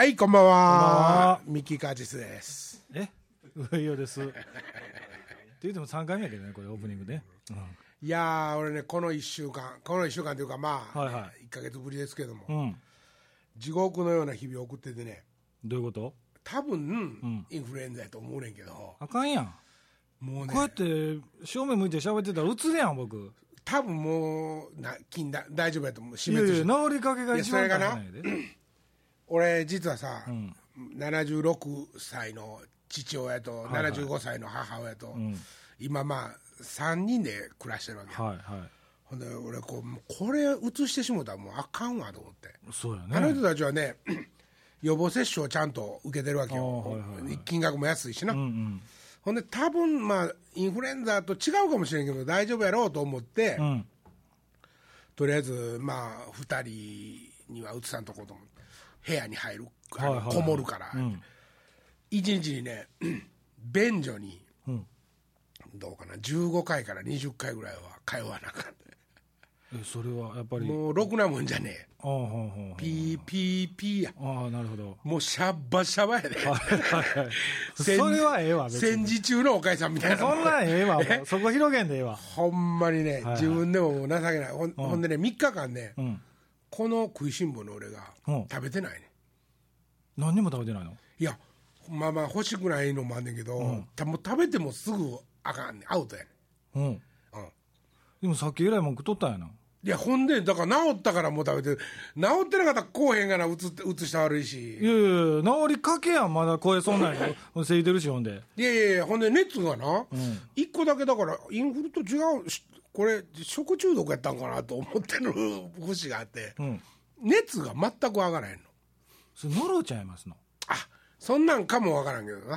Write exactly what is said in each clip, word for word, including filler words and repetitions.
はい、こんばんは。 こんばんはミッキー・カーチスです。 え上与ですって言ってもさんかいめやけどね、これオープニングで、うん、 いやー、俺ね、このいっしゅうかん、このいっしゅうかんというか、まあ、 はいはい、 いっかげつぶりですけども、 うん、 地獄のような日々を送っててね、 どういうこと？ 多分、 うん、 インフルエンザやと思うねんけど、 あかんやん。 もうね、 こうやって正面向いて喋ってたらうつるやん、僕。 多分もうな金だ大丈夫やと思う。死いや滅しいや、治りかけが一番大変なんやで。 俺、実はさ、 うん、 ななじゅうろくさいの父親と、 はいはい、 ななじゅうごさいの母親と、 うん、 今、まあ、さんにんで暮らしてるわけよ。 はいはい、 ほんで俺こう、これ移してしもたらもうあかんわと思って。 そうやね。 あの人たちはね、予防接種をちゃんと受けてるわけよ、 はいはいはい、 金額も安いしな、 うんうん、 ほんで多分まあインフルエンザと違うかもしれんけど大丈夫やろうと思って、 うん、 とりあえずまあふたりには移さんとこうと思って部屋に入る、はいはいはい、こもるから、うん、いちにちにね便所に、うん、どうかなじゅうごかいからにじゅっかいぐらいは通わなあかん。 えそれはやっぱりもうろくなもんじゃねえ。 ああ、ほうほうほう、 ピーピーピーや。 ああ、なるほど。 もうシャッバシャバやで、ね、 それはええわ、 戦時中のおかえさんみたいな。 そんなんええわ、もうそこ広げんでええわ。 ほんまにね、はいはい、自分でももう情けない。ほん、うん、ほんでねみっかかんね、うん、この食いしん坊の俺が食べてないね、 うん、何にも食べてないの？ いやまあまあ欲しくないのもあんねんけど、うん、もう食べてもすぐあかんねん、アウトやねん、うんうん、 でもさっきえらいもん食っとったんやな。 いやほんでだから治ったからもう食べてる、治ってなかったらこうへんがな、うつうつした悪いし。 いやいや治りかけやん、まだ声そんなんやせいてるし。ほんでいやいやいやほんで熱がな、うん、いっこだけだからインフルと違う、これ食中毒やったんかなと思ってる節があって、うん、熱が全く上がらへんの。 それノロちゃいますの？ あそんなんかもわからんけどな、うん、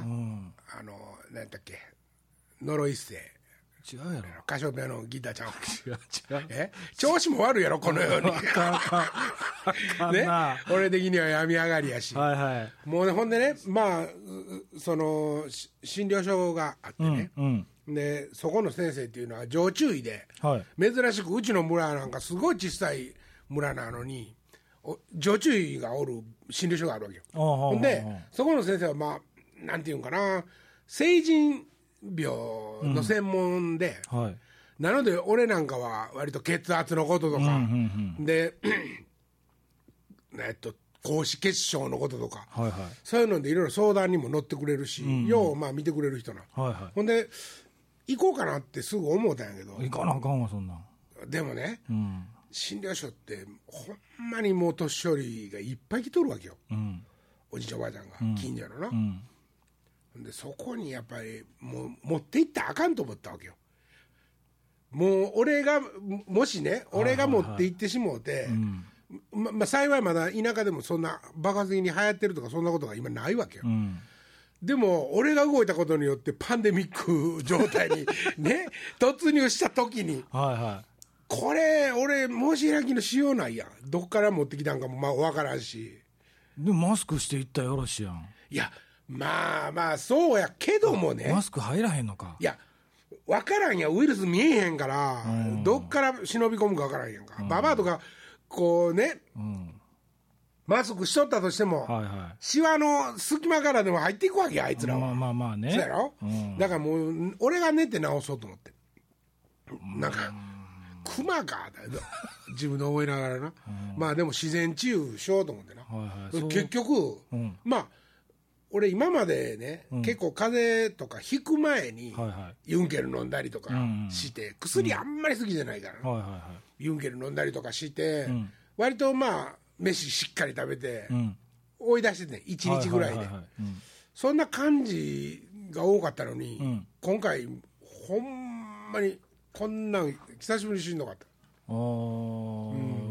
あの何だっけノロ一世違うやろ、 カシオペアのギターちゃん。 違う違う、 え調子も悪いやろこのようにね、俺的には病み上がりやし、はいはい、もうねほんでねまあその診療所があってね、うんうん、でそこの先生っていうのは常駐医で、はい、珍しくうちの村なんかすごい小さい村なのに常駐医がおる診療所があるわけよ。ほんでそこの先生はまあなんていうんかな、成人病の専門で、うんはい、なので俺なんかは割と血圧のこととか、うんうんうん、でえっと高脂血症のこととか、はいはい、そういうのでいろいろ相談にも乗ってくれるし、うんうん、ようまあ見てくれる人な、はいはい、ほんで行こうかなってすぐ思ったんやけど、 行かなあかんわそんなん。 でもね、うん、診療所ってほんまにもう年寄りがいっぱい来とるわけよ、うん、おじいちゃんおばあちゃんが、うん、近所のな、うんでそこにやっぱりもう持って行ったらあかんと思ったわけよ。もう俺がもしね俺が持って行ってしもうて、はいはいはい、ままあ、幸いまだ田舎でもそんな爆発的に流行ってるとかそんなことが今ないわけよ、うん、でも俺が動いたことによってパンデミック状態にね突入した時に、はいはい、これ俺申し開きのしようないやん、どっから持ってきたんかもまあ分からんし。 でもマスクしていったらよろしいやん。 いやまあまあそうやけどもね、 マスク入らへんのか。 いや分からんや、ウイルス見えへんから、うん、どっから忍び込むか分からんやんか、うん、ババアとかこうね、うん、マスクしとったとしても、はいはい、シワの隙間からでも入っていくわけやあいつらは。 まあまあまあね、 そうやろ、うん、だからもう俺が寝て直そうと思って、うん、なんかクマか自分で思いながらな、うん、まあでも自然治癒しようと思ってな、はいはい、結局、うん、まあ俺今までね、うん、結構風邪とかひく前にユンケル飲んだりとかして、はいはい、薬あんまり好きじゃないから、うんはいはいはい、ユンケル飲んだりとかして、うん、割とまあ飯しっかり食べて、うん、追い出してねいちにちぐらいで、はいはいはいはい、そんな感じが多かったのに、うん、今回ほんまにこんなん久しぶりにしんどかった。 あ、うん、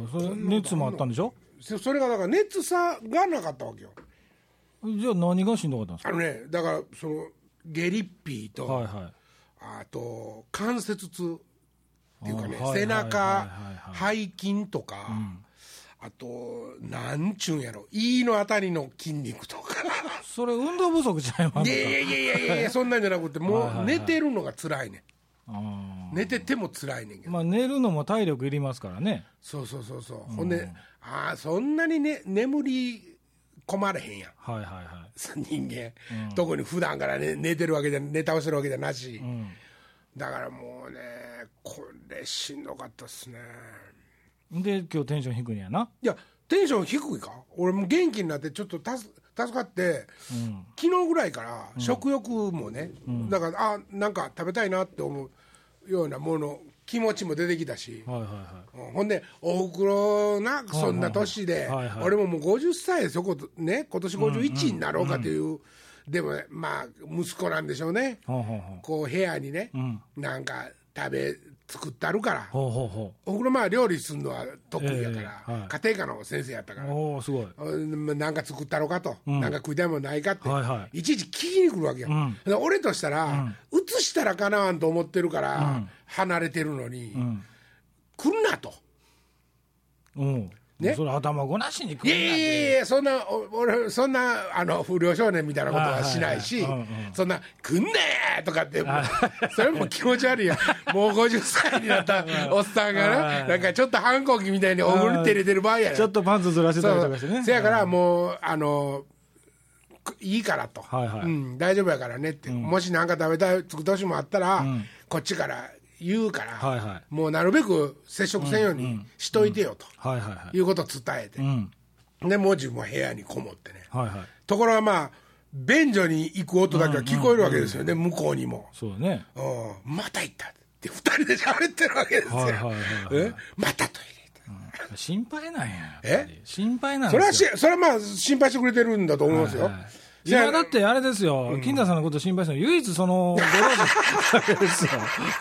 それ熱もあったんでしょ。 それがだから熱さがなかったわけよ。 じゃあ何がしんどかったんですか。 あのねだからその下痢っぴーと、はいはい、あと関節痛っていうかね、背中背筋とか、うん、あとなんちゅうんやろ胃のあたりの筋肉とかそれ運動不足ちゃいますか。 いやいやいやいやいやそんなんじゃなくてもう寝てるのが辛いねん。あ寝てても辛いねんけど、 まあ、寝るのも体力いりますからね。 そうそうそうそう、うん、ほんであそんなに、ね、眠り困れへんやん、 はいはいはい、 人間、うん、特に普段から、ね、寝てるわけじゃ寝倒してるわけじゃなし、うん、だからもうねこれしんどかったっすね。 で今日テンション低いんやな。 いやテンション低いか、俺も元気になってちょっと助助かって、うん、昨日ぐらいから食欲もね、うん、だからあなんか食べたいなって思うようなもの気持ちも出てきたし、はいはいはい、ほんでおふくろなそんな年で、はいはいはい、俺ももうごじゅっさいでそこ、ね、今年ごじゅういちになろうかという、うんうん、でもまあ息子なんでしょうね、うんうん、こう部屋にね、うん、なんか食べ作ってあるから、ほうほうほう、おふくろまあ料理するのは得意やから、えーはい、家庭科の先生やったから、 おすごいなんか作ったろかと、うん、なんか食いたいものないかって、はいはい、いちいち聞きに来るわけよ、うん、俺としたら、うん、移したらかなわんと思ってるから、うん、離れてるのに、うん、来るなと、 うんね、それ頭ごなしに来るなんて。 いやいやいやそんな俺そんなあの不良少年みたいなことはしないし、そんな来んねーとかってそれも気持ち悪いやもうごじゅっさいになったおっさんがななんかちょっと反抗期みたいにおぐり照れてる場合やな、 ちょっとパンツずらしてたりとかしてね。 せやからもうあのいいからと、はいはい、うん、大丈夫やからねって、うん、もし何か食べたい作ってほしいもあったら、うん、こっちから言うから、はいはい、もうなるべく接触せんようにしといてよということを伝えて、うんうん、でもう自分は部屋にこもってね、はいはい、ところがまあ便所に行く音だけは聞こえるわけですよね、うんうんうん、向こうにも。 そうね、 うん、また行ったってふたりで喋ってるわけですよ、はいはいはいはい、えまたトイレ、 うん、心配なんやえ心配なんですよ。 それはしそれはまあ心配してくれてるんだと思いますよ、はいはい、 今だってあれですよ、うん、金田さんのこと心配するの唯一そのご老人だけですよ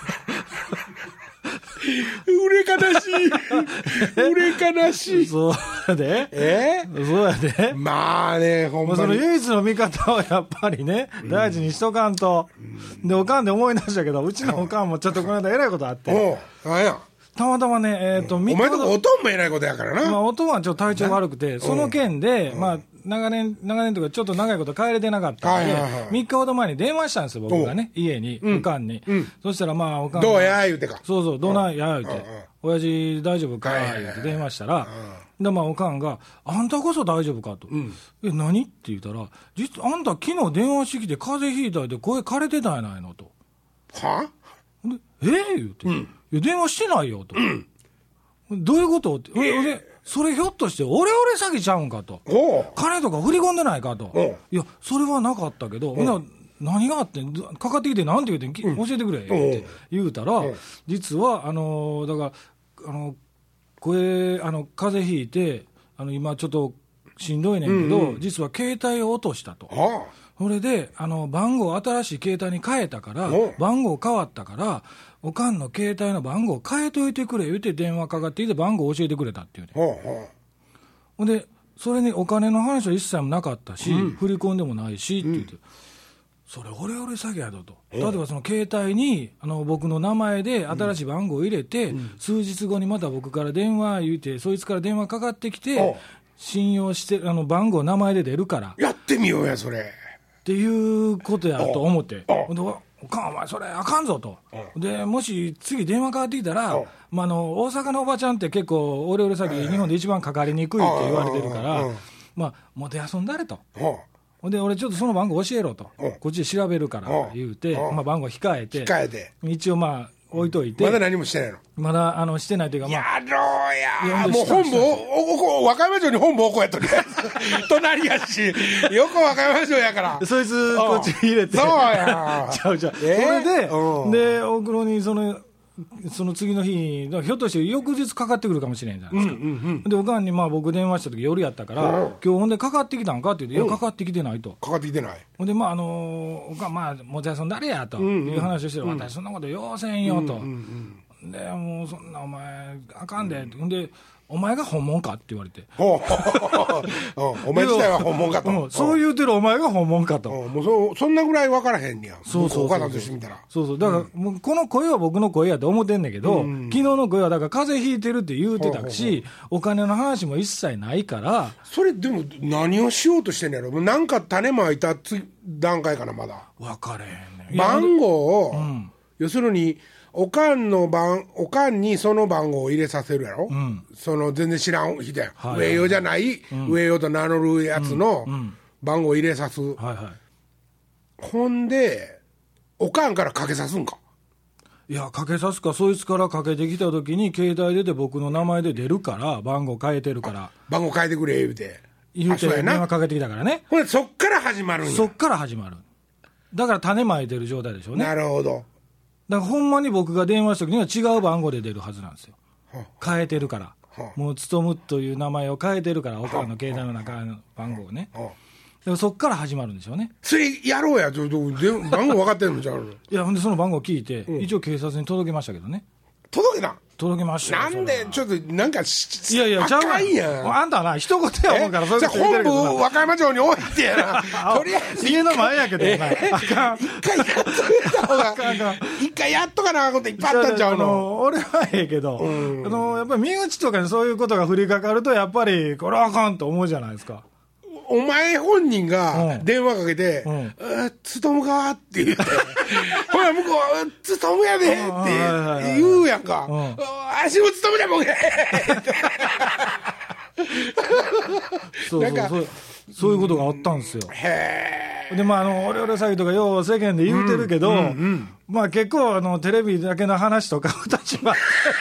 売れ悲しい売れ悲しいそうやでえそうやでまあねほんまにその唯一の味方はやっぱりね、うん、大事にしとかんと、うん、でおかんで思い出したけどうちのおかんもちょっとこの間えらいことあっておあやたまたまね、えーと、 お前とこおとんもえらいことやからな、 まあ、おとんはちょっと体調悪くてその件で、うん、まあ長年長年とかちょっと長いこと帰れてなかったんで、はいはいはい、みっかほど前に電話したんですよ僕がね家に、うん、おかんに、うん、そしたらまあおかんどうや言うてかそうそうどうなんや言うて、うん、親父大丈夫か言うて電話したら、でまあおかんがあんたこそ大丈夫かと、うん、え何って言ったら実はあんた昨日電話してきて風邪ひいたで声枯れてたんやないのとはでえー、言うて、うん、いや電話してないよと、うんどういうことって、えー、それひょっとしてオレオレ詐欺ちゃうんかと金とか振り込んでないかといやそれはなかったけど何があってかかってきて何て言うて、うん、教えてくれって言うたら実はあのだからあの声あの風邪ひいてあの今ちょっとしんどいねんけど、うんうん、実は携帯を落としたとそれであの番号新しい携帯に変えたから番号変わったからおかんの携帯の番号変えといてくれ言うて電話かかってきて番号教えてくれたっていうねほうほうでそれにお金の話は一切もなかったし、うん、振り込んでもないしって言って、うん、それオレオレ詐欺やぞと例えばその携帯にあの僕の名前で新しい番号を入れて、うん、数日後にまた僕から電話言うてそいつから電話かかってきて信用してあの番号名前で出るからやってみようやそれっていうことやと思っておかんお前それあかんぞとでもし次電話かかってきたら、まあ、あの大阪のおばちゃんって結構オレオレ詐欺日本で一番かかりにくいって言われてるからまあもて遊んだれとで俺ちょっとその番号教えろとこっちで調べるから言うて、まあ、番号控えて控えて一応まあ置いといてまだ何もしてないのまだあのしてないというか、まあ、 やろうやもう本部おお和歌山城に本部置こうやとりあえず隣やしよく和歌山城やからそいつこっち入れてそうやちゃうちゃう、えー、それでで大黒にそのその次の日ひょっとして翌日かかってくるかもしれんじゃないですか、うんうんうん、でおかんにまあ僕電話した時夜やったから、うん、今日ほんでかかってきたんかって言って、うん、いやかかってきてないとかかってきてないほんでまああのー、おかんまあもてあそん誰やという話をしてる、うんうん、私そんなことようせんよと、うんうんうん、でもうそんなお前あかんで、うん、ほんでお前が本物かって言われてお前自体は本物かと、 うん、そう言うてるお前が本物かともう そ, そんなぐらい分からへんねやそうそうそうそうお母さんとしてみたらそうそうだから、うん、もうこの声は僕の声やと思ってんねんけど、うん、昨日の声はだから風邪ひいてるって言うてたし、うん、お金の話も一切ないからそれでも何をしようとしてんねやろなんか種まいた段階かなまだ分かれへんねん番号を、うん、要するにおかんの番、おかんにその番号を入れさせるやろ、うん、その全然知らん人や、はいはい、上用じゃない、うん、上用と名乗るやつの番号を入れさす、うんうんはいはい、ほんでおかんからかけさすんか。 いやかけさすか、そいつからかけてきたときに携帯出て僕の名前で出るから番号変えてるから番号変えてくれ言うて言うて電話かけてきたからね。 ほんでそっから始まるんや。 そっから始まる。だから種まいてる状態でしょうね。 なるほど。 だからほんまに僕が電話した時には違う番号で出るはずなんですよ。変えてるから。もう勤という名前を変えてるから、おかんの携帯の中の番号をね。でもそっから始まるんでしょうね。 それやろうや。番号分かってんのじゃん。 いやほんでその番号を聞いて、うん、一応警察に届けましたけどね。 届けた届けましたよ。なんでちょっとなんかいやいやちゃうやん。 あんたな一言や思うからそういうこと言ってるけどな。本部和歌山城に置いてやな。とりあえず家の前やけどな、えー、 あかん一回やっといた方が一回やっとかなこといっぱいあったんちゃうの。 あの俺はええけど、うん、あのやっぱり身内とかにそういうことが降りかかるとやっぱりこれはあかんと思うじゃないですか。 お前本人が電話かけて、うん、つとむかって言ってほら向こうつとむやでって言うやんか、うん、足もつとむじゃボケそうそうそうそういうことがあったんですよ。へでまああのオレオレ詐欺とかよう世間で言うてるけど、うんうんうん、まあ結構あのテレビだけの話とか私は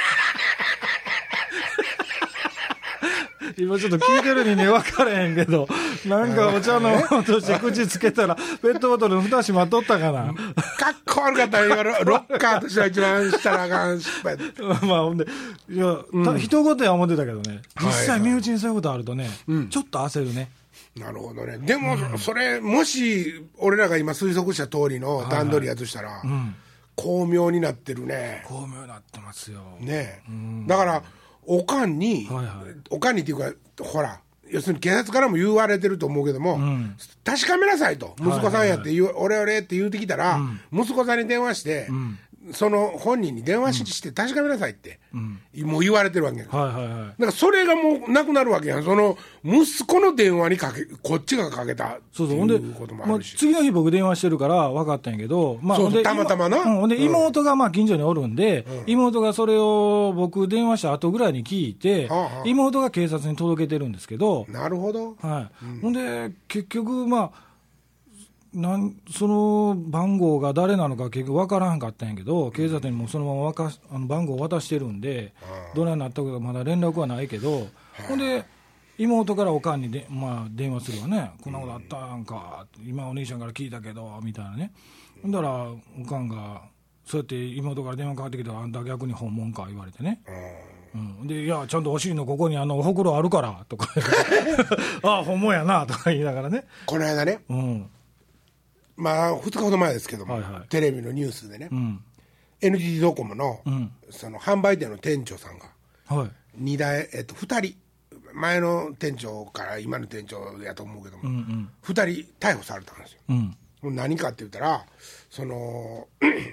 今ちょっと聞いてるにね分からへんけどなんかお茶のとして口つけたらペットボトルの蓋閉まっとったかな。 かっこ悪かったらロッカーとしては一番したらあかん失敗まあほんでいや、うん、人事や思ってたけどね実際身内にそういうことあるとね、はいはい、ちょっと焦るね、 うん、なるほどね。でも、うん、それもし俺らが今推測した通りの段取りやとしたら、はいはいうん、巧妙になってるね。 巧妙になってますよね、うん、だからおかんに、はいはい、おかんにっていうかほら要するに警察からも言われてると思うけども、うん、確かめなさいと息子さんやって言う、はいはいはい、俺俺って言うてきたら、うん、息子さんに電話して、うん、その本人に電話して確かめなさいって、うん、もう言われてるわけやん、はいはいはい、だからそれがもうなくなるわけやん。その息子の電話にかけこっちがかけたっていうこともあるし、 そうそう。ほんで、まあ、次の日僕電話してるから分かったんやけど、まあ、 そうそうたまたまな、 うん、ほんで妹がまあ近所におるんで、うん、妹がそれを僕電話した後ぐらいに聞いて、はあはあ、妹が警察に届けてるんですけど。 なるほど、 はいうん、ほんで結局まあなんその番号が誰なのか結局分からんかったんやけど、警察にもそのままわかあの番号を渡してるんで、どないなったかまだ連絡はないけど、ほんで妹からおかんにで、まあ、電話するわね。こんなことあったんか、今お兄ちゃんから聞いたけどみたいなね。ほんだらおかんがそうやって妹から電話かかってきたら、あんた逆に訪問か言われてね、うん、でいやちゃんとお尻のここにあのほくろあるからとかああ訪問やなとか言いながらね。 この間ね、うんまあ、ふつかほど前ですけども、はいはい、テレビのニュースでね、うん、エヌティーティー ドコモ の,、うん、その販売店の店長さんが、はいに代、えっと、ふたり前の店長から今の店長やと思うけども、うんうん、ふたり逮捕されたんですよ、うん、何かって言ったらその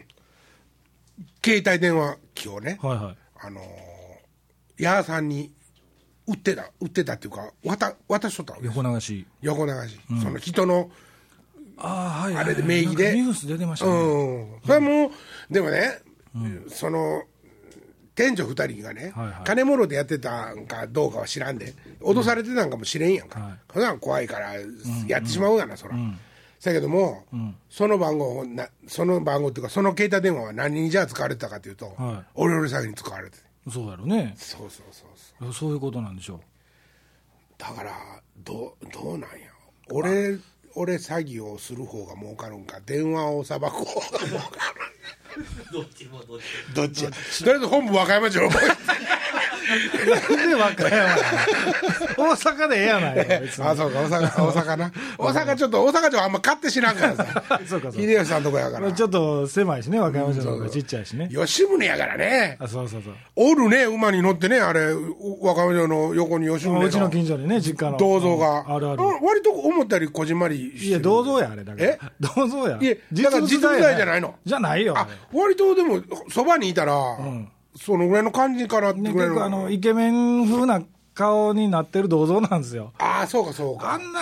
携帯電話機をね、はいはい、あのヤーさんに売ってた売ってたっていうか渡渡しとったわけです。 横流し横流し、うん、その人のあ, はいはい、 あれで名義でニュース出てましたね、 うん、それはもうでもね、うん、その店長ふたりがね、はいはい、金もろでやってたんかどうかは知らんで脅されてたんかもしれんやんか、うんはい、それは怖いからやってしまうやな、うん、そら、うん、だけども、うん、その番号なその番号っていうかその携帯電話は何にじゃあ使われてたかというと、はい、オレオレ詐欺に使われてて。 そうやろね。 そうそうそうそうそういうことなんでしょう。 だからど う, どうなんや俺俺詐欺をする方が儲かるんか電話をさばく方が儲かるどっちもどっちどっちとりあえず本部和歌山城なんで和歌山大阪でええやない別にあそうか大阪大阪な大阪ちょっと大阪城あんま勝手知らんからさそうかそう秀吉さんのとこやからちょっと狭いしね和歌山城の方がちっちゃいしね、 うん、吉宗やからね。 あそうそうそうおるね馬に乗ってねあれ和歌山城の横に吉宗のうちの近所にね実家の銅像があるある割と思ったよりこじんまりしてる。 いや銅像やあれだからえ銅像やいやだから実物大じゃないのじゃないよ。 あ割とでもそばにいたら、うん、そのぐらいの感じかなってぐらいの、ね、結構あのイケメン風な顔になってる銅像なんですよ。 ああそうかそうか。 あんな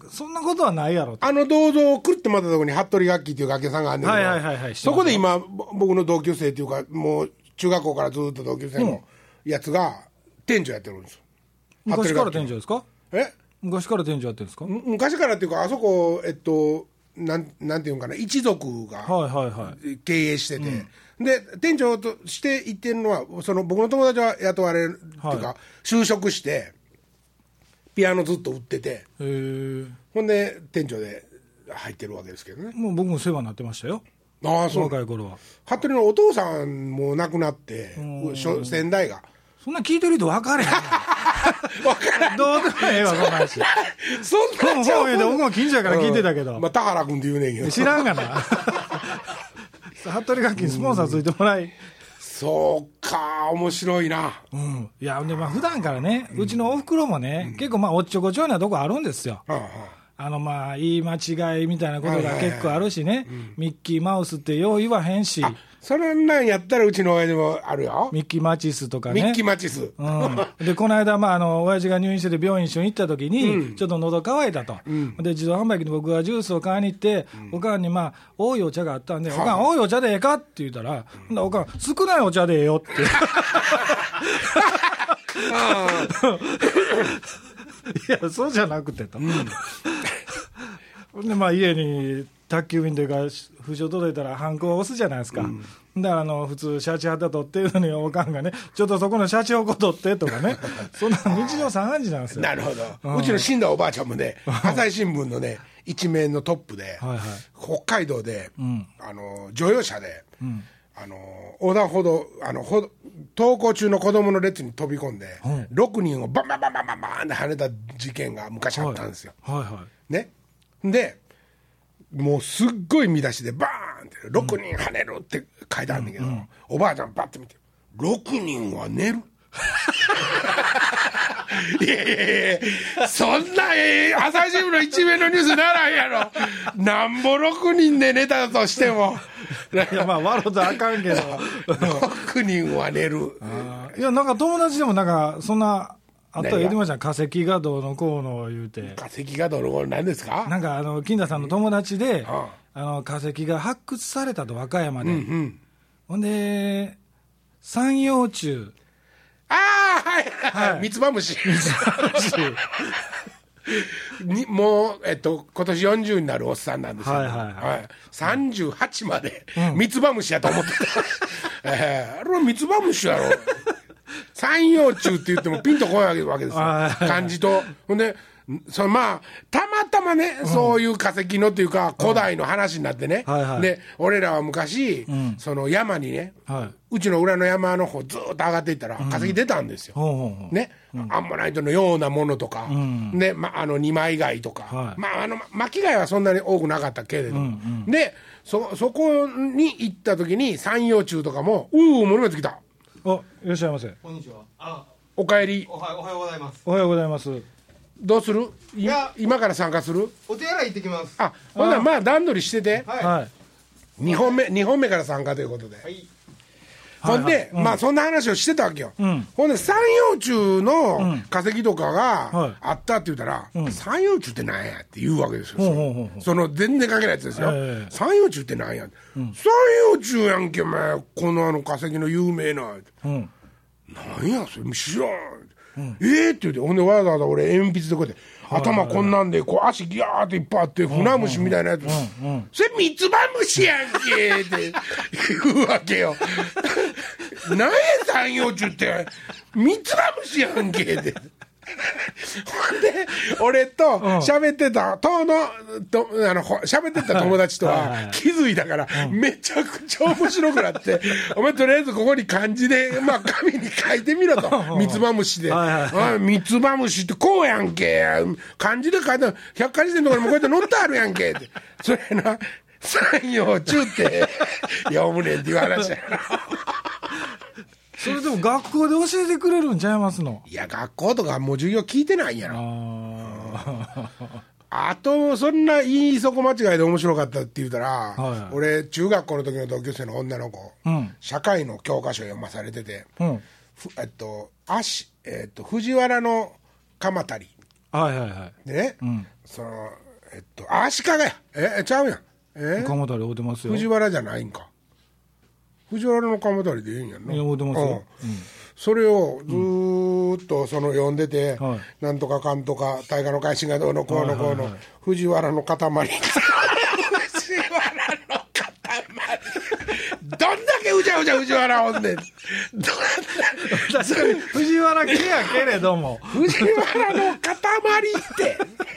そんなことはないやろと。 あの銅像をくるってまたところに服部楽器っていう楽器屋さんがあるんだけど、はいはいはいはい、そこで今僕の同級生っていうかもう中学校からずっと同級生のやつが店長やってるんですよ。 昔から店長ですか？ え昔から店長やってるんですか？ 昔からっていうかあそこえっとなんなんていうんかな一族が経営してて、はいはいはい、で店長として行ってるのはその僕の友達は雇われるっていうか、はい、就職してピアノずっと売ってて、へほんで店長で入ってるわけですけどね。 もう僕も世話になってましたよ。 ああそう。 若い頃は服部のお父さんも亡くなって先代がそんな聞いてる人分かれへん分からんどうでもええわそんな話そんなちゃう僕も近所やから聞いてたけど、うん、 まあ田原君って言うねんけど知らんがな服部楽器にスポンサーついてもらい、うん、 そうか面白いな、 うん、いやでまあ普段からね、うん、うちのおふくろもね、うん、結構まあおっちょこちょいなとこあるんですよ、うん、あのまあ言い間違いみたいなことが結構あるしね、はいはいはいはい、ミッキーマウスってよう言わへんし、 それなんやったらうちの親父もあるよ。 ミッキーマチスとかね。 ミッキーマチス。 うん、でこの間、まあ、あの親父が入院してて病院一緒に行った時に、うん、ちょっと喉乾いたと、うん、で自動販売機に僕がジュースを買いに行って、うん、おかんに、まあ、多いお茶があったんで、はあ、おかん多いお茶でええかって言ったら、うん、おかん少ないお茶でええよっていやそうじゃなくてと、うん、でまあ家に宅急便というか封書届いたらハンコを押すじゃないですか、うん、だからあの普通シャチハタ取ってるのにおかんがねちょっとそこのシャチホコ取ってとかねそんな日常茶飯事なんですよ。 なるほど、うん、うちの死んだおばあちゃんもね朝日新聞のね一面のトップで、はいはい、北海道で、うん、あの乗用車で、うん、あの横断歩道あの歩登校中の子供の列に飛び込んで、うん、ろくにんをバンバンバンバンバンバンって跳ねた事件が昔あったんですよ、はいはいはい、ねでもうすっごい見出しでバーンってろくにん跳ねるって書いてあるんだけど、うんうん、おばあちゃんパッと見てろくにんは寝るいやいやいやそんな、えー、朝日新聞の一面のニュースならんやろなんぼろくにんで寝たとしてもいやまあ笑うとあかんけどろくにんは寝るいやなんか友達でもなんかそんなあとは言ってました化石がどうのこうの言うて化石がどうのこうの何ですかなんかあの金田さんの友達で、ああの化石が発掘されたと和歌山で、うんうん、ほんで三葉虫ああはいはいミツバムシにもう、えっと、今年よんじゅうになるおっさんなんですよ、はいはいはいはい、さんじゅうはちまでミツバムシやと思ってた、えー、あれはミツバムシやろ三葉虫って言ってもピンとこないわけですよ漢字とほんでそのまあたまたまね、うん、そういう化石のっていうか古代の話になってね、うんはいはい、で俺らは昔、うん、その山にね、はい、うちの裏の山の方ずっと上がっていったら化石出たんですよ、うん、ね、うん、アンモナイトのようなものとか、うん、で、ま、あの二枚貝とか、はい、まああの巻き貝はそんなに多くなかったけれども、うんうん、で そ, そこに行った時に三葉虫とかもうう物がつきたあいらっしゃいませこんにちはあおかえりおは、おはようございますおはようございますどうするいや今から参加するお手洗い行ってきますあほんならまあ段取りしてて、はい、にほんめにほんめから参加ということで、はい、ほんで、はいはい、まあそんな話をしてたわけよ、うん、ほんで三葉虫の化石とかがあったって言ったら、うん、三葉虫って何やって言うわけですよ、うん、その全然関係ないやつですよ、えー、三葉虫って何や、うん、三葉虫やんけお前このあの化石の有名な、うん、何やそれ知らんうん、えーって言ってほんでわざわざ俺鉛筆でこうやって、はい、頭こんなんでこう足ギャーっていっぱいあって船虫みたいなやつ、うんうんうん、それミツバムシやんけって言うわけよ何や三葉虫ってミツバムシやんけってほんで俺と喋ってたとのとあの喋ってた友達とは気づいたからめちゃくちゃ面白くなってお前とりあえずここに漢字でまあ紙に書いてみろとミツバムシでミツバムシってこうやんけ漢字で書いて百科事典のところにもこうやって載ってあるやんけってそれな三葉虫って読むねんっていう話やそれでも学校で教えてくれるんちゃいますのいや学校とかもう授業聞いてないんやろ あ, あとそんな言いそこ間違いで面白かったって言うたら、はいはい、俺中学校の時の同級生の女の子、うん、社会の教科書読まされてて、うんえっと足えっと、藤原の鎌足りはいはいはい。 でね、うん、そのえっと足利やえちゃうやんえ鎌足り会うてますよ。 藤原じゃないんか。藤原の鎌足りでいいんやんな。 いや会うてますよ、うん、 それをずーっとその読んでて、うんはい、なんとかかんとか大河の改新がどうのこうのこうの、はいはいはい、藤原の塊藤原の塊どんだけうじゃうじゃ藤原おんねん。 確かに藤原家やけれども藤原の塊って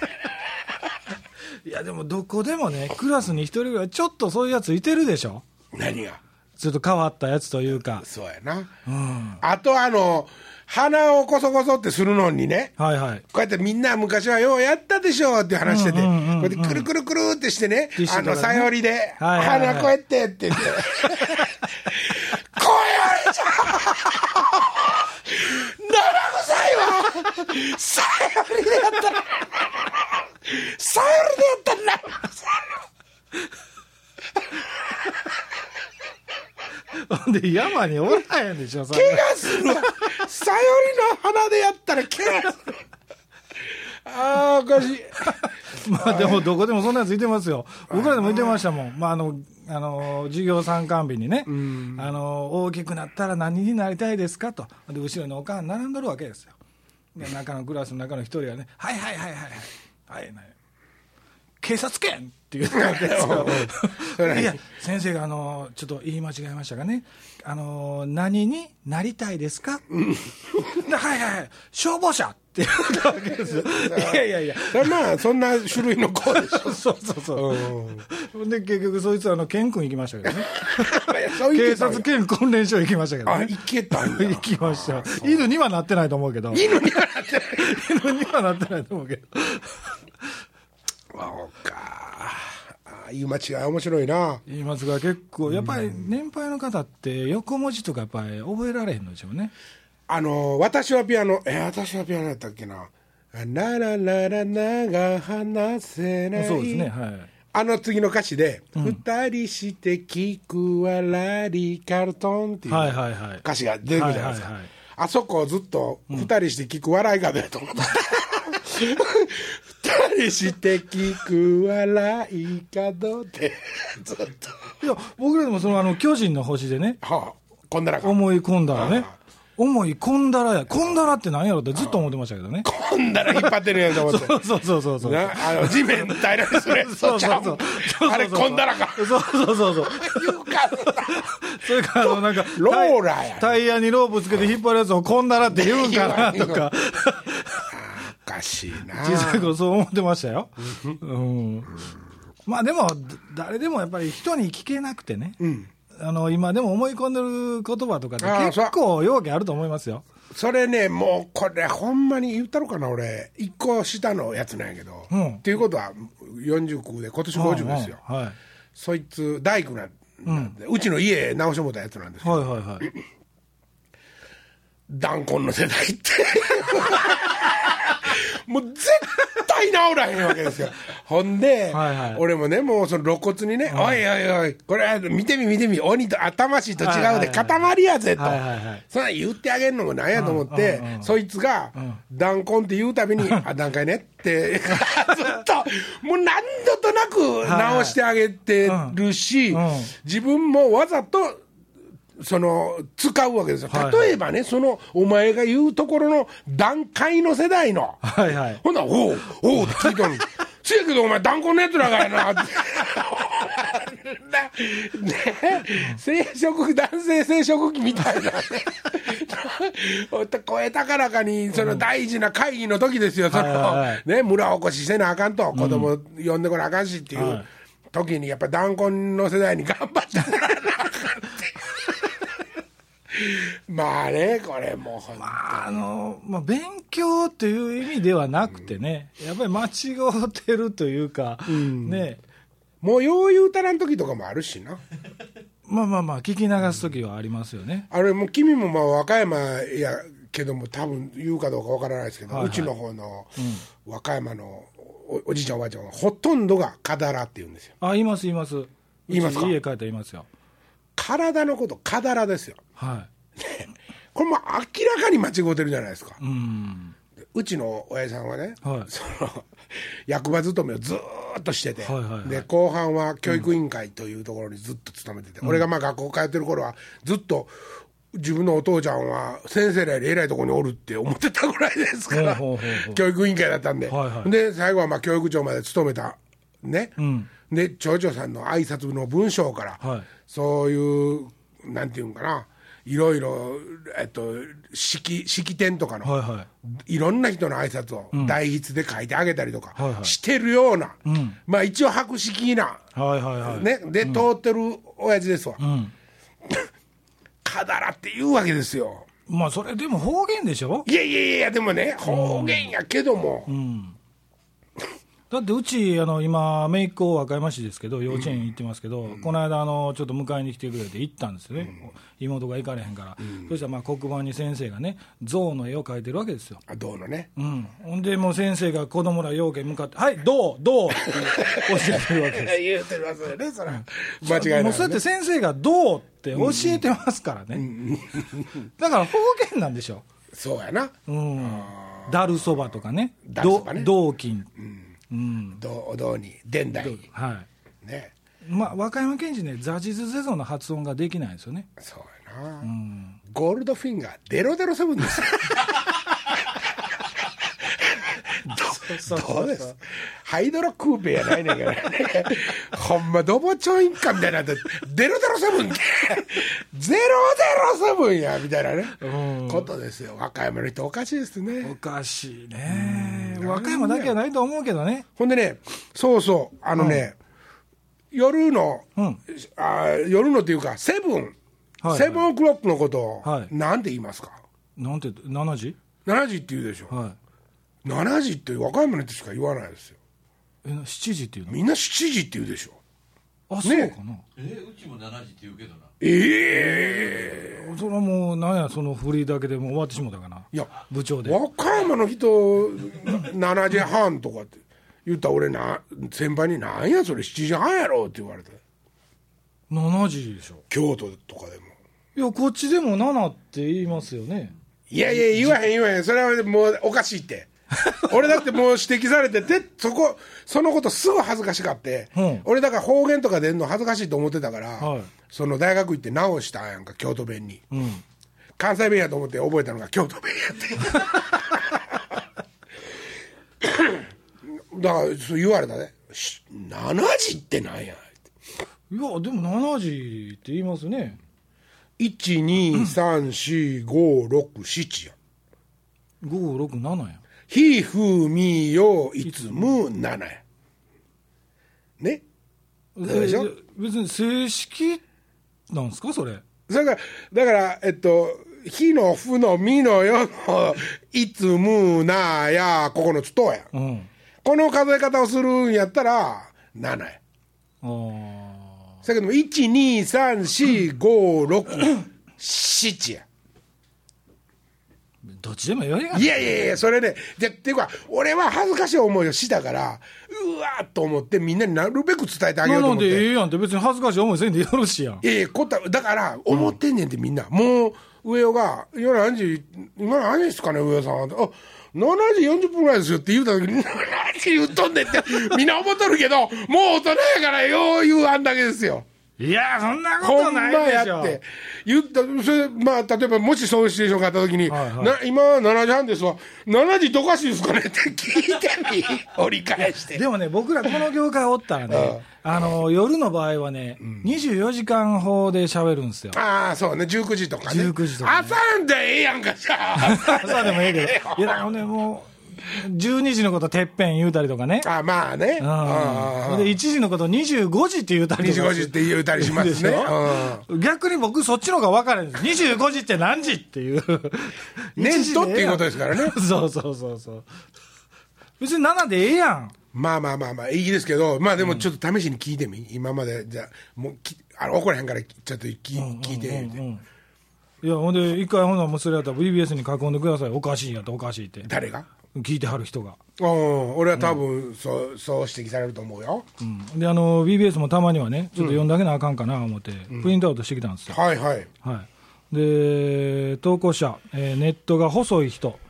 いやでもどこでもねクラスに一人ぐらいちょっとそういうやついてるでしょ。 何がちょっと変わったやつというか。 そうやな、うん、あとあの鼻をコソコソってするのにね、はいはい、こうやってみんな昔はようやったでしょって話してて、うんうんうんうん、こうやってくるくるくるってしてね、ねあのさよりで、はいはいはい、鼻こうやってって言ってこうやれじゃななさいわさよりでやったらさよりでやったらななさほんで山におらへんでしょ。 怪我するわさよりの鼻でやったら怪我するあーおかしいまあでもどこでもそんなやついてますよ。僕らでもいてましたもん。まああのあの授業参観日にね、あの大きくなったら何になりたいですかと。で後ろにおかん並んどるわけですよ。で中のクラスの中の一人がね、はいはいはいはいはい、はい、警察犬って言ったわけですよいや先生があのちょっと言い間違えましたがね、あの何になりたいですかはいはいはい消防車って言ったわけですよいやいやいやまあそんな種類の子でしょそうそうそう、うん、で結局そいつはあの健君行きましたけどね警察犬訓練所行きましたけどね。 あ行けたんや行きました犬にはなってないと思うけど犬にはなってない犬にはなってないと思うけどそうか言い間違い面白いな。 言いますが結構やっぱり年配の方って横文字とかやっぱり覚えられへんのでしょうね。 あの私はピアノえ私はピアノやったっけなならららなが話せないそうですね、はい、 あの次の歌詞で、うん、二人して聞くわラリカルトンっていう歌詞が出てくるじゃないですか、はいはいはい、あそこをずっと二人して聞く笑い方やと思った、うん二人して聞く笑い角ってずっといや僕らでもそのあの巨人の星でね、 はあ、こんだらか思い込んだらね、はあ、思い込んだらやこんだらって何やろってずっと思ってましたけどね。 こんだら引っ張ってるやんと思ってそうそうそうそうなあの地面平らにするやつそうそうそうあれこんだらかそうそうそうそう言うかそれからあのなんかローラーやタイヤにロープつけて引っ張るやつをこんだらって言うんかなとかおかしいな小さい頃そう思ってましたよ、うん、まあでも誰でもやっぱり人に聞けなくてね、うん、あの今でも思い込んでる言葉とかって結構要件あると思いますよ。 それねもうこれほんまに言ったのかな俺一個下のやつなんやけど、うん、っていうことはよんじゅうきゅうで今年ごじゅうですよ、うんうんはい、そいつ大工なんで、うん、うちの家直してもらったやつなんですけど、はいはいはい、弾痕の世代ってもう絶対治らへんわけですよほんで、はいはい、俺もねもうその露骨にね、うん、おいおいおいこれ見てみ見てみ鬼と魂と違うで塊やぜと、はいはいはい、そんな言ってあげるのもなんやと思って、うんうんうん、そいつが、うん、弾痕って言うたびにあ段階ねってずっともう何度となく直してあげてるし、はいはいうんうん、自分もわざとその使うわけですよ。例えばね、はいはい、そのお前が言うところの段階の世代の、はいはい、ほんならおうおうって聞いたのにせやけどお前弾痕のやつらがやなってね、生殖男性生殖器みたいな声高らかにその大事な会議の時ですよ、その、はいはいはい、ね、村おこしせなあかんと、子供呼んでこなあかんしっていう時にやっぱ弾痕の世代に頑張ってならなあかんってまあねこれもう本当に、まああのまあ、勉強という意味ではなくてね、うん、やっぱり間違ってるというか、うん、ねもうよう言うたらん時とかもあるしなまあまあまあ聞き流す時はありますよね、 うん、あれもう君もまあ和歌山やけども多分言うかどうかわからないですけど、はいはい、うちの方の和歌山の お, おじいちゃんおばあちゃんはほとんどがカダラって言うんですよ。 あ、言います言います。 言いますか。 家帰ったら言いますよ。 体のことカダラですよ。はいこれも明らかに間違ってるじゃないですか。うんうちの親父さんはね、 はい、 その役場勤めをずっとしてて、 はいはいはい、 で後半は教育委員会というところにずっと勤めてて、うん、俺がまあ学校通ってる頃はずっと自分のお父ちゃんは先生らより偉いところにおるって思ってたぐらいですから、ほうほうほうほう教育委員会だったんで、はいはい、で最後はまあ教育長まで務めたね、うん、で町長さんの挨拶の文章から、はい、そういうなんていうんかないろいろ、えっと、式, 式典とかの、はいはい、いろんな人の挨拶を代筆で書いてあげたりとかしてるような、うん、まあ一応博識な、はいはいはいね、で、うん、通ってる親父ですわ、うん、かだらって言うわけですよ。 まあそれでも方言でしょ。 いやいやいやでもね方言やけども、うんうんだってうちあの今姪っ子和歌山市ですけど幼稚園行ってますけど、うん、この間あのちょっと迎えに来てくれて行ったんですよね、うん、妹が行かれへんから、うん、そしたらまあ黒板に先生がね象の絵を描いてるわけですよ。 あ象のね、 うん、ほんでもう先生が子供らようけ向かってはい象象って教えてるわけです言うてますよねそら間違いない、ね、 もうそうやって先生が象って教えてますからね、うん、だから方言なんでしょ。 そうやな、 うん、だるそばとかね銅金、うんうん、どうに伝来はいね、まあ、和歌山県人ねザジズゼゾの発音ができないんですよね。 そうやな、うん、ゴールドフィンガーデロデロセブンですよど, どうですハイドロクーペやないねんからほんまドボチョインカみたいなデロデロセブンってゼロデロセブンやみたいなね、うん、ことですよ。和歌山の人おかしいですね。 おかしいね。和歌山だけはないと思うけどね。 ほんでねそうそうあのね、うん、夜の、うん、あ夜のっていうかセブン、はいはい、セブンオクロックのことを、はい、なんて言いますか。 なんてしちじしちじって言うでしょ、はい、しちじって和歌山の人しか言わないですよ。 えしちじっていうの。 みんなしちじって言うでしょ。 あ、そうかな。 えうちもしちじって言うけどな。 ええー、それはもうなんやその振りだけでもう終わってしもたかな。いや部長で和歌山の人しちじはんとかって言ったら俺な先輩になんやそれしちじはんやろって言われて。 しちじでしょ京都とかでも。 いやこっちでもななって言いますよね。 いやいや言わへん言わへんそれはもうおかしいって俺だってもう指摘されててそこそのことすぐ恥ずかしかって、うん、俺だから方言とか出んの恥ずかしいと思ってたから、はい、その大学行って直したんやんか京都弁に、うん、関西弁やと思って覚えたのが京都弁やってだからそう言われたねしちじってなんやいやでもしちじって言いますね。 いちにさんしごろくしちやごろくななやひふみよいつむななやね。 でしょ別に正式なんですかそれ。 それからだからえっとひのふのみのよのいつむなやここのつとや、うん、この数え方をするんやったらななや。あだけどもいちにさんしごろくしちやどっちでもよいがいやいやいやそれねでっていうか俺は恥ずかしい思いをしたからうわーっと思ってみんなになるべく伝えてあげようと思って。 なのでええやんって別に恥ずかしい思いせんでよろしいやん。 いやいやこっただから思ってんねんってみんな、うん、もう上尾が今何時今何時ですかね上尾さんはあしちじよんじゅっぷんぐらいですよって言うた時に何時言っとんねんってみんな思っとるけどもう大人やからよう言うあんだけですよ。 いやそんなことないでしょ。ほんまやって言ったそれまあ例えばもしそういうシチュエーションがあった時に、はいはい、な今はしちじはんですわしちじっておかしいですかねって聞いてみ折り返してでもね僕らこの業界おったらねあの夜の場合はね、うん、にじゅうよじかん法で喋るんですよ。 ああそうねじゅうくじとかねじゅうくじとか、ね、朝んでええやんかさ朝でもええけどいやだからねもうじゅうにじのことてっぺん言うたりとかね。 あまあね、 うん、でいちじのことにじゅうごじって言うたりとかにじゅうごじって言うたりしますね、 うん、逆に僕そっちの方が分かるんです。にじゅうごじって何時っていう年とっていうことですからねそうそうそうそう別にななでええやん。 まあまあまあまあいいですけどまあでもちょっと試しに聞いてみ、うん、今までじゃもうきあの怒らへんからちょっと聞,、うんうんうん、聞いて、うん、 いやほんで一回ほんならもうそれやったら ブイビーエス に囲んでください。おかしいやとおかしいって誰が聞いてはる人が。 あ俺は多分、うん、そうそう指摘されると思うよ、 うん、であの ビービーエス もたまにはねちょっと読んだけなあかんかな思って、うん、プリントアウトしてきたんですよ、 はいはい、 はい、で投稿者、えー、ネットが細い人、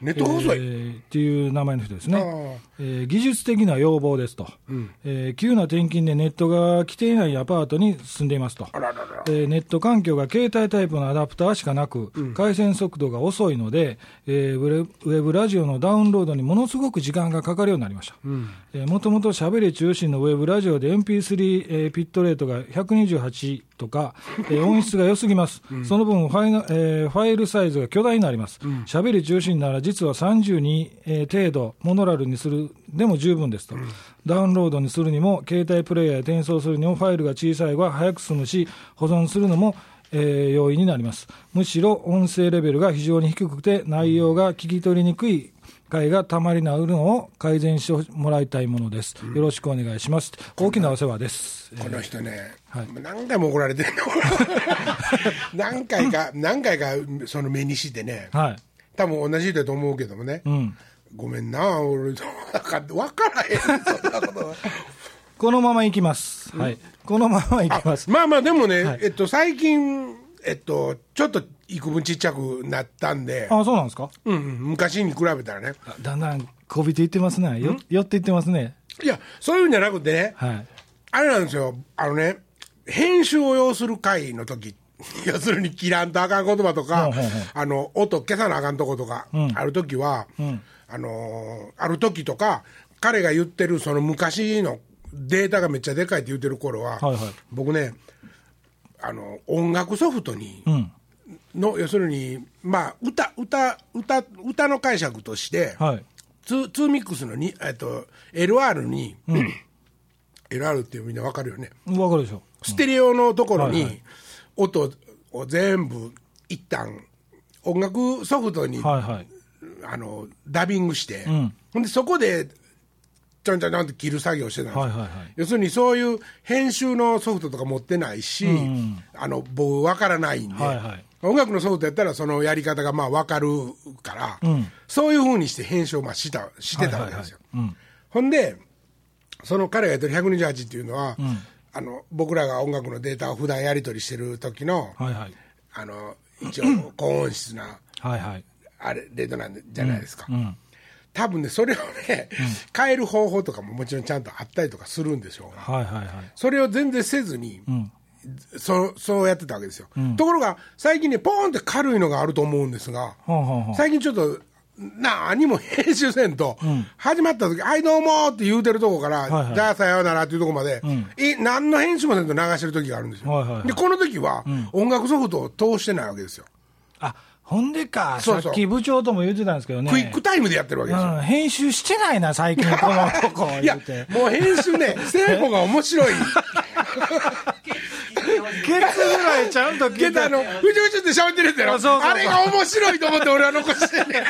ネットが遅い、 えー、っていう名前の人ですね、えー、技術的な要望ですと、うんえー、急な転勤でネットが来ていないアパートに住んでいますと、 あららら、 えー、ネット環境が携帯タイプのアダプターしかなく、うん、回線速度が遅いので、えー、ウェブ、ウェブラジオのダウンロードにものすごく時間がかかるようになりました。もともとしゃべり中心のウェブラジオで エムピースリー、えー、ピットレートがひゃくにじゅうはちとか、えー、音質が良すぎます、うん、その分ファイナ、えー、ファイルサイズが巨大になります。しゃべり中心なら実はさんじゅうに、えー、程度モノラルにするでも十分ですと、うん、ダウンロードにするにも携帯プレイヤーへ転送するにもファイルが小さいが早く済むし、保存するのもえー、容易になります。むしろ音声レベルが非常に低くて内容が聞き取りにくい回がたまりなるのを改善してもらいたいものです、うん、よろしくお願いします。大きなお世話です。 この人ね、えーはい、何回も怒られてるの何回か何回かその目にしてね、はい、多分同じ人だと思うけどもね、うん、ごめんな俺分からへんそんなことはこのままいきます、はい、このままいきます。 まあまあでもね、はい、えっと、最近、えっと、ちょっと幾分ちっちゃくなったんで。 あ、そうなんですか。 うん、昔に比べたらね。 だんだんこびていってますね。よ寄っていってますね。 いや、そういうんじゃなくてね、はい、あれなんですよ、あのね、編集を要する回の時要するに切らんとあかん言葉とか、うんうんうん、あの音消さなあかんとことか、うん、ある時は、うん、あのある時とか彼が言ってるその昔のデータがめっちゃでかいって言ってる頃は、はいはい、僕ねあの音楽ソフトに、うん、の要するにまあ歌歌歌歌の解釈として、はい、ツー, ツーミックスのに、えっと、エルアール に、うん、エルアール ってみんな分かるよね。 分かるでしょ、 うん、ステレオのところに音を全部一旦音楽ソフトに、はいはい、あのダビングして、うん、ほんでそこでちょんちょんちょんって切る作業してたんですよ、はいはいはい、要するにそういう編集のソフトとか持ってないし、うん、あの僕分からないんで、はいはい、音楽のソフトやったらそのやり方がまあ分かるから、うん、そういう風にして編集をまあしたしてたわけですよ、はいはいはい、うん、ほんでその彼がやってるひゃくにじゅうはちっていうのは、うん、あの僕らが音楽のデータを普段やり取りしてる時の、はいはい、あの一応高音質なはい、はい、あれレートなんじゃないですか、うんうん、多分ねそれをね、うん、変える方法とかももちろんちゃんとあったりとかするんでしょうが、はいはいはい、それを全然せずに、うん、そ, そうやってたわけですよ、うん、ところが最近ねポーンって軽いのがあると思うんですが、はあはあ、最近ちょっと何も編集せんと、うん、始まった時はいどうもって言うてるとこから、はいはい、じゃあさようならっていうとこまで、うん、え何の編集もせんと流してる時があるんですよ、はいはいはい、でこの時は、うん、音楽ソフトを通してないわけですよ。 あ、ほんでか、そうそう、さっき部長とも言ってたんですけどね、 クイックタイムでやってるわけですよ、うん、 編集してないな最近このとこいやもう編集ねせん方が面白いケツぐらいちゃんと聞いて、 あのうちうちって喋ってるやつやろ、そうそうそう、あれが面白いと思って俺は残してんねん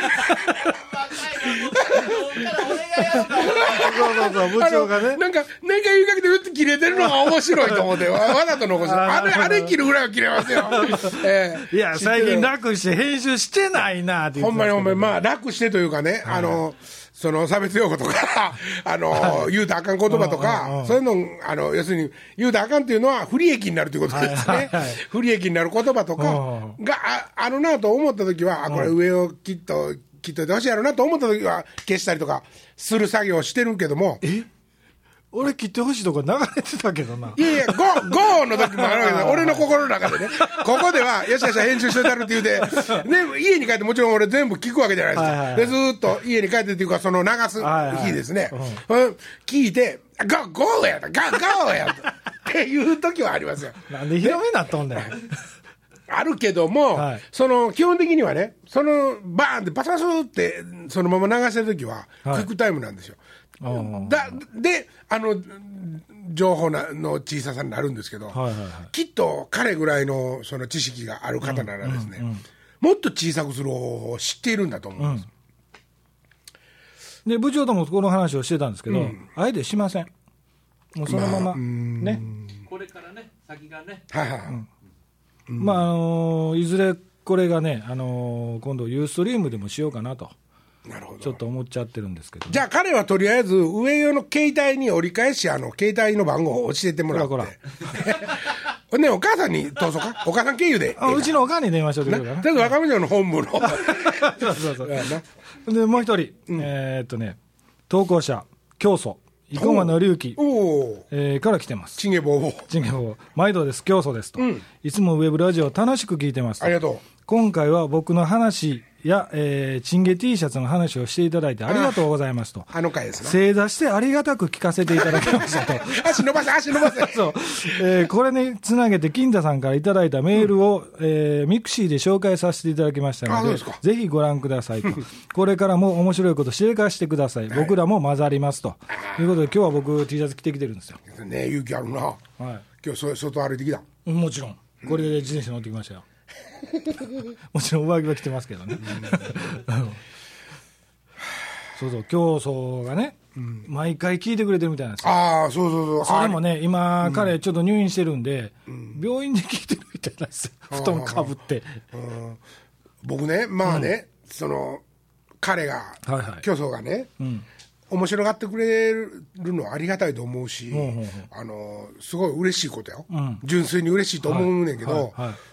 そうそうそう、部長がね、 なんか何回言いかけて打って切れてるのが面白いと思ってわ, わざと残してあれあれ切るぐらいは切れますよ、 えー、いや最近楽して編集してないなって言ってほんまにほんまに、まあ楽してというかね、はい、あのその差別用語とかあの、はい、言うたらあかん言葉とかそういうの、あの要するに言うたらあかんっていうのは不利益になるということですね、はいはいはい、不利益になる言葉とかが あ, あるなと思った時は、あこれ上をきっと切っといてほしいやろなと思った時は消したりとかする作業をしてるけども、 え俺切ってほしいとこ流れてたけどな。 いやいや、ゴー、ゴーの時もあるわけだ。俺の心の中でね。ここでは、よしよし編集してたるって言うて、ね、家に帰ってもちろん俺全部聞くわけじゃないですか。はいはいはい、で、ずーっと家に帰ってっていうか、その流す日ですね。はいはい、聞いて、ゴー、ゴーやった、ゴー、ゴーやったっていう時はありますよ。 なんで広めなっとんだよ。 あるけども、はい、その基本的にはね、そのバーンってバサスってそのまま流してるときは、クイックタイムなんですよ。はい、だで、あの情報なの小ささになるんですけど、はいはいはい、きっと彼ぐらいのその知識がある方ならですね、うんうんうん、もっと小さくする方法を知っているんだと思うんです。 うん、で部長ともこの話をしてたんですけど、うん、あえてしません。もうそのまま、まあ、ね。 これからね、先がね。 はいはい。うんうん、まああのー、いずれこれがね、あのー、今度ユーストリームでもしようかなと、なるほどちょっと思っちゃってるんですけど、ね、 じゃあ彼はとりあえず上用の携帯に折り返しあの携帯の番号を教えてもらってね、お母さんに通そうか、お母さん経由で。 あ、うちのお母に電話しといてくれるかな。 とりあえず若者の本部の。 そうそうそう。で、もう一人、うん、えー、っとね、投稿者、教祖、生駒の隆起、えー、から来てます。 チンゲボーボー。 チンゲボーボー。毎度です、教祖ですと、うん。いつもウェブラジオ楽しく聞いてますと。 ありがとう。 今回は僕の話や、えー、チンゲ T シャツの話をしていただいてありがとうございますと。 あ, あの回ですね。 正座してありがたく聞かせていただきましたと。 足伸ばせ、足伸ばせ。 そう。えー、これにつなげて、金田さんからいただいたメールを、うんえー、ミクシーで紹介させていただきましたので、ぜひご覧くださいと。これからも面白いことしでかしてください。僕らも混ざりますと。いうことで、今日は僕 T シャツ着てきてるんですよ。 ね、勇気あるな。はい。今日そ外歩いてきた。 もちろん。これで自転車乗ってきましたよ。もちろん上着は着てますけどね。そうそう、教祖がね、うん、毎回聞いてくれてるみたいなんですよ。 ああ、そうそうそう。 それもね、今、うん、彼ちょっと入院してるんで、うん、病院で聞いてるみたいなんですよ。布団かぶって。 僕ね、まあね、うん、その、彼が、はいはい、教祖がね、うん、面白がってくれるのはありがたいと思うし、うんうんうん、あの、すごい嬉しいことよ。うん、純粋に嬉しいと思うねんけど、はいはいはい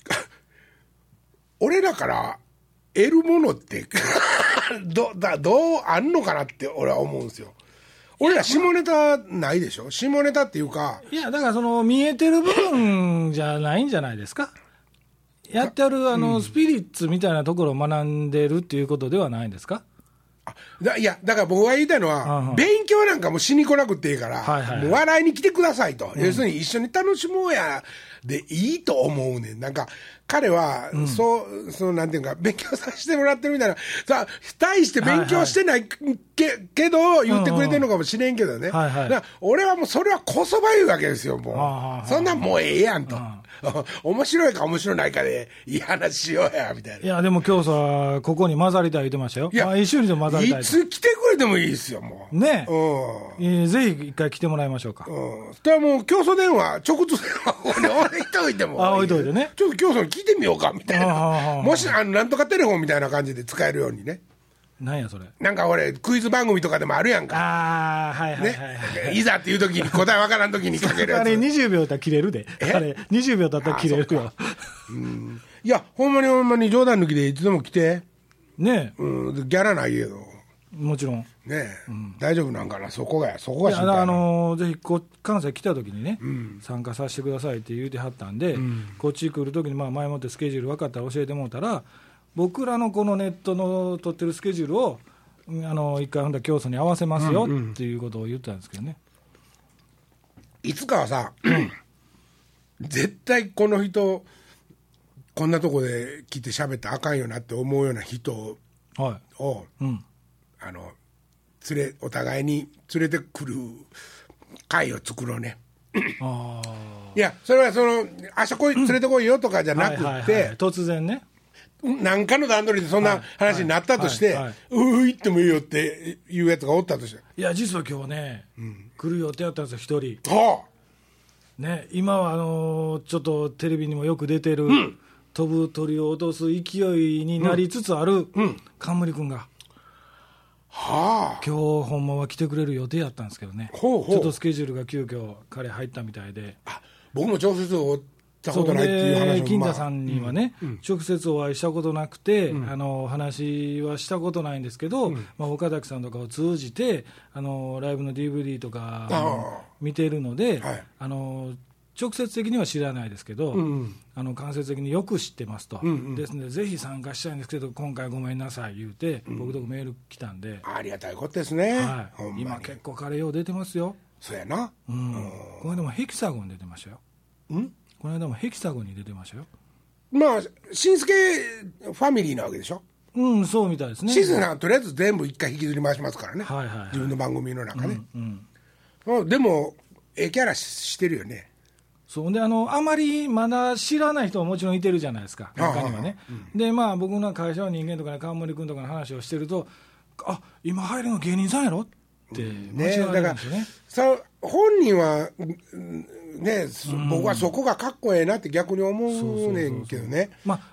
俺らから得るものってど, だどうあんのかなって俺は思うんですよ。俺ら下ネタないでしょ。下ネタっていうか、 いやだからその見えてる部分じゃないんじゃないですか。やってあるあの、うん、スピリッツみたいなところを学んでるっていうことではないんですか。 あだいやだから僕が言いたいのは、うんうん、勉強なんかもしに来なくていいから、はいはいはい、もう笑いに来てくださいと、うん、要するに一緒に楽しもうやでいいと思うねん。なんか彼は、うん、そう、そうなんていうか、勉強させてもらってるみたいな、さ、大して勉強してないけ、はいはい、けど、言ってくれてるのかもしれんけどね。うんうんはいはい、だから俺はもうそれはこそば言うわけですよ、もう。ははそんなんもうええやんと。面白いか面白ないかでいい話しようや、みたいな。 いや、でも今日さ、ここに混ざりたい言ってましたよ。いや、まあ、一緒にでも混ざりたい。 いつ来てくれてもいいですよ、もう。 ねえ。うん、えー、ぜひ一回来てもらいましょうか。 うん。それはもう、競争電話、直通電話、置いといてもいい。 あ、置いといてね。 ちょっと競争に聞いてみようか、みたいな。もし、あの、なんとかテレフォンみたいな感じで使えるようにね。 なんやそれ。 なんか俺、クイズ番組とかでもあるやんか。 ああ、はいはいはい、 はいね。いざっていう時に答えわからん時にかけるやつ。 あれにじゅうびょうだったら切れるで。あれにじゅうびょうだったら切れるよ。 うん。いや、ほんまにほんまに冗談抜きでいつでも来て。 ねえ。うん。ギャラないけど。 もちろん。 ねえ、うん。大丈夫なんかな、そこが、そこが心配な。 いや、あのー、ぜひこ、関西来た時にね、うん、参加させてくださいって言うてはったんで、うん、こっち来る時に、まあ、前もってスケジュール分かったら教えてもらったら、僕らのこのネットの取ってるスケジュールを、あの一回ほんだら教祖に合わせますよ、うんうん、っていうことを言ったんですけどね。 いつかはさ、絶対この人こんなとこで来て喋ったらあかんよなって思うような人を、はい、うん、あの連れお互いに連れてくる会を作ろうね。あいやそれはその明日来い連れてこいよとかじゃなくって、はいはいはい、 突然ね何かの段取りでそんな話になったとして、うー行ってもいいよっていうやつがおったとして、 いや実は今日ね、うん、来る予定だったんですよ一人、はあね、今はあのー、ちょっとテレビにもよく出てる、うん、飛ぶ鳥を落とす勢いになりつつある、うんうん、冠君が、はあ、今日ほんまは来てくれる予定やったんですけどね、ほうほうちょっとスケジュールが急遽彼入ったみたいで、 あ僕も調節をそうで金田さんにはね、まあうん、直接お会いしたことなくて、うん、あの話はしたことないんですけど、うんまあ、岡崎さんとかを通じてあのライブの ディーブイディー とか見てるので、はい、あの直接的には知らないですけど、うん、あの間接的によく知ってますと、うんうん、ですのでぜひ参加したいんですけど今回ごめんなさい言うて、うん、僕とこメール来たんで、 ありがたいことですね、 はい、今結構彼よう出てますよ。 そうやな、うん、 この間もヘキサゴン出てましたよ。んこの間もヘキサゴンに出てましたよ。 まあ新助ファミリーなわけでしょ。 うんそうみたいですね。 シーズンはとりあえず全部一回引きずり回しますからね、はいはいはい、自分の番組の中ね、うんうん、でもええキャラ し, してるよね。 そうで あ, のあまりまだ知らない人ももちろんいてるじゃないですか中にはね、うん、でまあ僕の会社の人間とかね冠君とかの話をしてるとあ今入るの芸人さんやろって間違われるんですよね。 だから本人はね、僕はそこがかっこええなって逆に思うねんけどね。 まあ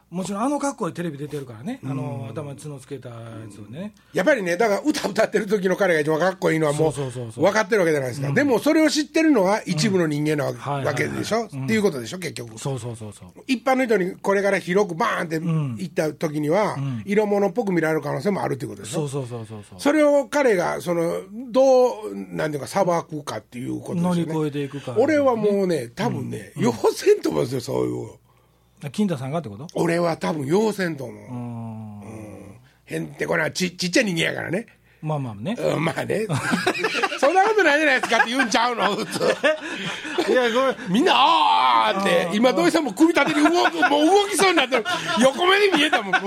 もちろんあの格好でテレビ出てるからね、あの頭に角つけたやつをね。 やっぱりね、だから歌歌ってる時の彼が一番かっこいいのはもう分かってるわけじゃないですか、うん、でもそれを知ってるのは一部の人間なわけでしょ、っていうことでしょ結局。 そうそうそうそう。 一般の人にこれから広くバーンっていった時には、うん、色物っぽく見られる可能性もあるっていうことでしょ。 そうそうそうそうそう。 それを彼がそのどうなんていうか裁くかっていうことですよね。 乗り越えていくか、ね。 俺はもうね多分ね、うん、要せんと思うんですよそういう。 金太さんがってこと？ 俺は多分要せんと思う。うん、うん、へんってこれは ち, ちっちゃい人間やからね。 まあまあね、 うん、まあねそんなことないじゃないですかって言うんちゃうの普通いやこれみんなあーって今土井さんも首立てに動くもう動きそうになってる横目に見えたもん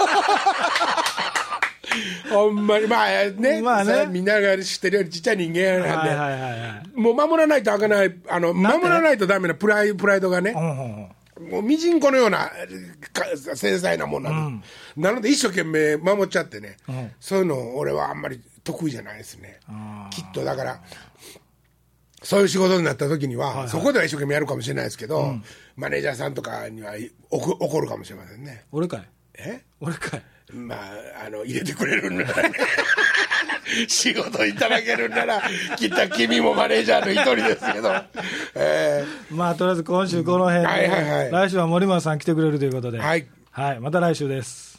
ほんまにまあね、まあね、みんなが知ってるよりちっちゃい人間なんで、はいはいはいはい、もう守らないとあかない、あの守らないとダメなプライ、プライドがね、うんうん、もうミジンコのような繊細なもんなの、うん、なので一生懸命守っちゃってね、うん、そういうの俺はあんまり得意じゃないですね。きっとだからそういう仕事になった時には、はいはい、そこでは一生懸命やるかもしれないですけど、うん、マネージャーさんとかには怒るかもしれませんね。 俺かいえ俺かいまあ、あの入れてくれるんならね仕事いただけるんならきっと君もマネージャーの一人ですけど、えー、まあとりあえず今週この辺で、はいはいはい、来週は森松さん来てくれるということで、 はい、 はい、また来週です。